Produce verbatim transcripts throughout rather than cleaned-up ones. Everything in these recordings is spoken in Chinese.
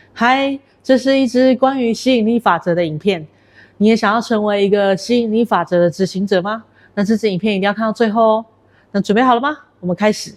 嗨，这是一支关于吸引力法则的影片。你也想要成为一个吸引力法则的执行者吗？那这支影片一定要看到最后哦。那准备好了吗？我们开始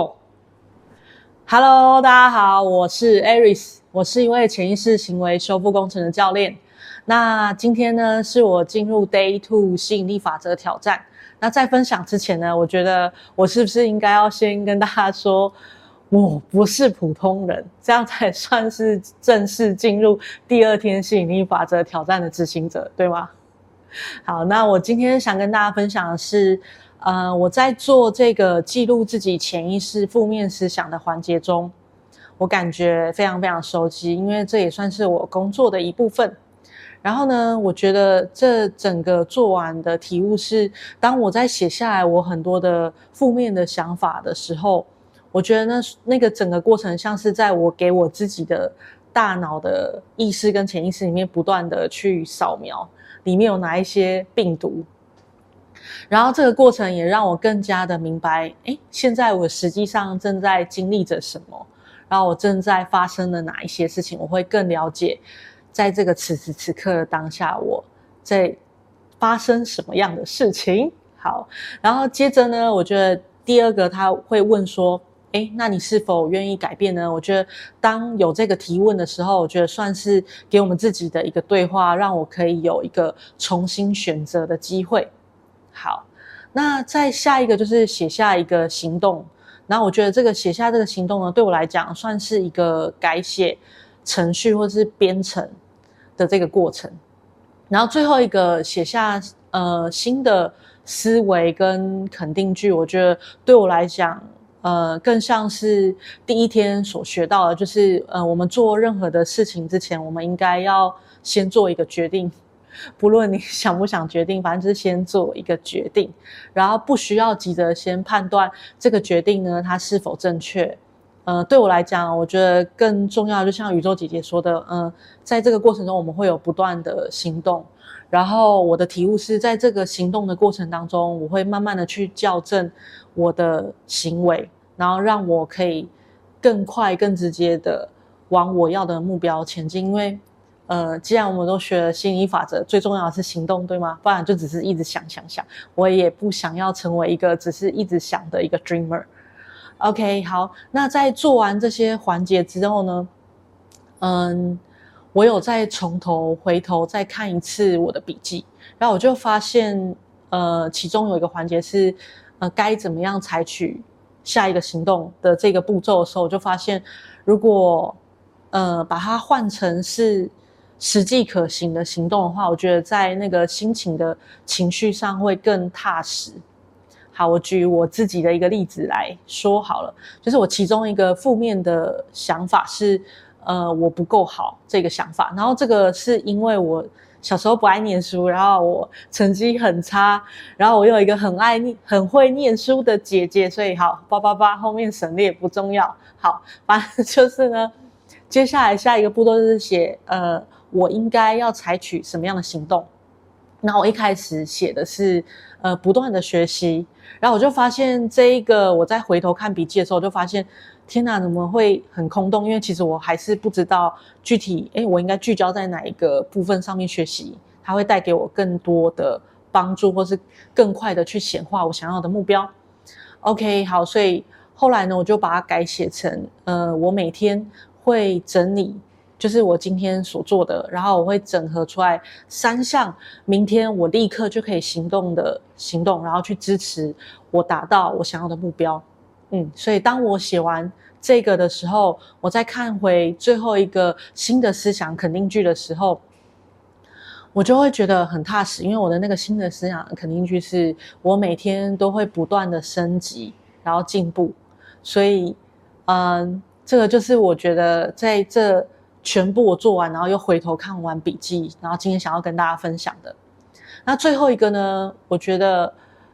，Go！Hello， 大家好，我是 Aris， 我是一位潜意识行为修复工程的教练。那今天呢，是我进入 Day Two 吸引力法则挑战。那在分享之前呢，我觉得我是不是应该要先跟大家说，我不是普通人，这样才算是正式进入第二天吸引力法则挑战的执行者，对吗？好，那我今天想跟大家分享的是，呃，我在做这个记录自己潜意识负面思想的环节中，我感觉非常非常熟悉，因为这也算是我工作的一部分。然后呢，我觉得这整个做完的体悟是，当我在写下来我很多的负面的想法的时候，我觉得那那个整个过程像是在我给我自己的大脑的意识跟潜意识里面不断的去扫描，里面有哪一些病毒。然后这个过程也让我更加的明白，诶，现在我实际上正在经历着什么，然后我正在发生了哪一些事情，我会更了解在这个此时此刻的当下我在发生什么样的事情。好，然后接着呢，我觉得第二个他会问说，诶，那你是否愿意改变呢？我觉得当有这个提问的时候，我觉得算是给我们自己的一个对话，让我可以有一个重新选择的机会。好，那再下一个就是写下一个行动。然后我觉得这个写下这个行动呢，对我来讲算是一个改写程序或是编程的这个过程。然后最后一个写下呃新的思维跟肯定句，我觉得对我来讲呃更像是第一天所学到的，就是呃我们做任何的事情之前，我们应该要先做一个决定，不论你想不想决定，反正就是先做一个决定，然后不需要急着先判断这个决定呢它是否正确。呃，对我来讲，我觉得更重要，就像宇宙姐姐说的，嗯、呃，在这个过程中，我们会有不断的行动。然后我的体悟是在这个行动的过程当中，我会慢慢的去校正我的行为，然后让我可以更快、更直接的往我要的目标前进。因为，呃，既然我们都学了吸引力法则，最重要的是行动，对吗？不然就只是一直想想想，我也不想要成为一个只是一直想的一个 dreamer。OK， 好，那在做完这些环节之后呢，嗯，我有再从头回头再看一次我的笔记，然后我就发现，呃，其中有一个环节是，呃，该怎么样采取下一个行动的这个步骤的时候，我就发现，如果呃把它换成是实际可行的行动的话，我觉得在那个心情的情绪上会更踏实。好，我举我自己的一个例子来说好了，就是我其中一个负面的想法是，呃，我不够好这个想法。然后这个是因为我小时候不爱念书，然后我成绩很差，然后我有一个很爱念、很会念书的姐姐，所以好，八八八后面省略不重要。好，反正就是呢，接下来下一个步骤就是写，呃，我应该要采取什么样的行动。那我一开始写的是，呃，不断的学习，然后我就发现这一个，我在回头看笔记的时候，我就发现，天哪，怎么会很空洞？因为其实我还是不知道具体，诶，我应该聚焦在哪一个部分上面学习，它会带给我更多的帮助，或是更快的去显化我想要的目标。OK， 好，所以后来呢，我就把它改写成，呃，我每天会整理。就是我今天所做的，然后我会整合出来三项，明天我立刻就可以行动的行动，然后去支持我达到我想要的目标。嗯，所以当我写完这个的时候，我再看回最后一个新的思想肯定句的时候，我就会觉得很踏实，因为我的那个新的思想肯定句是我每天都会不断的升级，然后进步。所以，嗯，这个就是我觉得在这全部我做完，然后又回头看完笔记，然后今天想要跟大家分享的。那最后一个呢，我觉得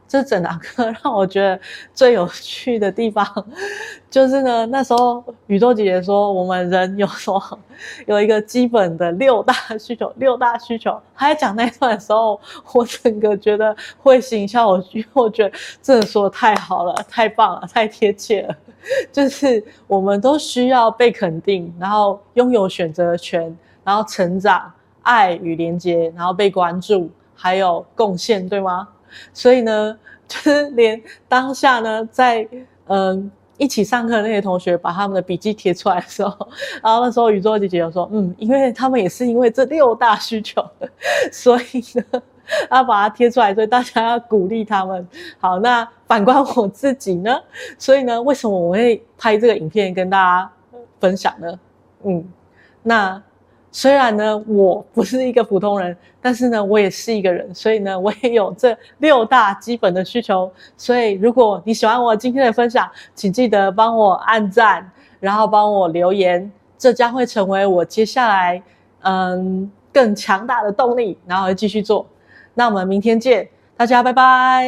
这整堂课让我觉得最有趣的地方，就是呢，那时候宇宙姐姐说我们人有什么有一个基本的六大需求，六大需求。她在讲那一段的时候，我整个觉得会心一笑，我我觉得真的说得太好了，太棒了，太贴切了。就是我们都需要被肯定，然后拥有选择权，然后成长、爱与连接，然后被关注，还有贡献，对吗？所以呢，就是连当下呢，在嗯一起上课的那些同学把他们的笔记贴出来的时候，然后那时候宇宙姐姐有说，嗯，因为他们也是因为这六大需求，所以呢，要把它贴出来，所以大家要鼓励他们。好，那反观我自己呢，所以呢，为什么我会拍这个影片跟大家分享呢？嗯，那。虽然呢，我不是一个普通人，但是呢，我也是一个人，所以呢，我也有这六大基本的需求。所以，如果你喜欢我今天的分享，请记得帮我按赞，然后帮我留言，这将会成为我接下来嗯更强大的动力，然后继续做。那我们明天见，大家拜拜。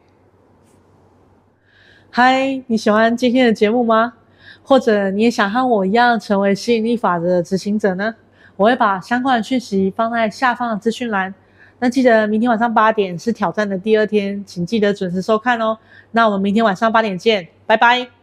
嗨，你喜欢今天的节目吗？或者你也想和我一样成为吸引力法则的执行者呢？我会把相关的讯息放在下方的资讯栏。那记得明天晚上八点是挑战的第二天，请记得准时收看哦。那我们明天晚上八点见，拜拜。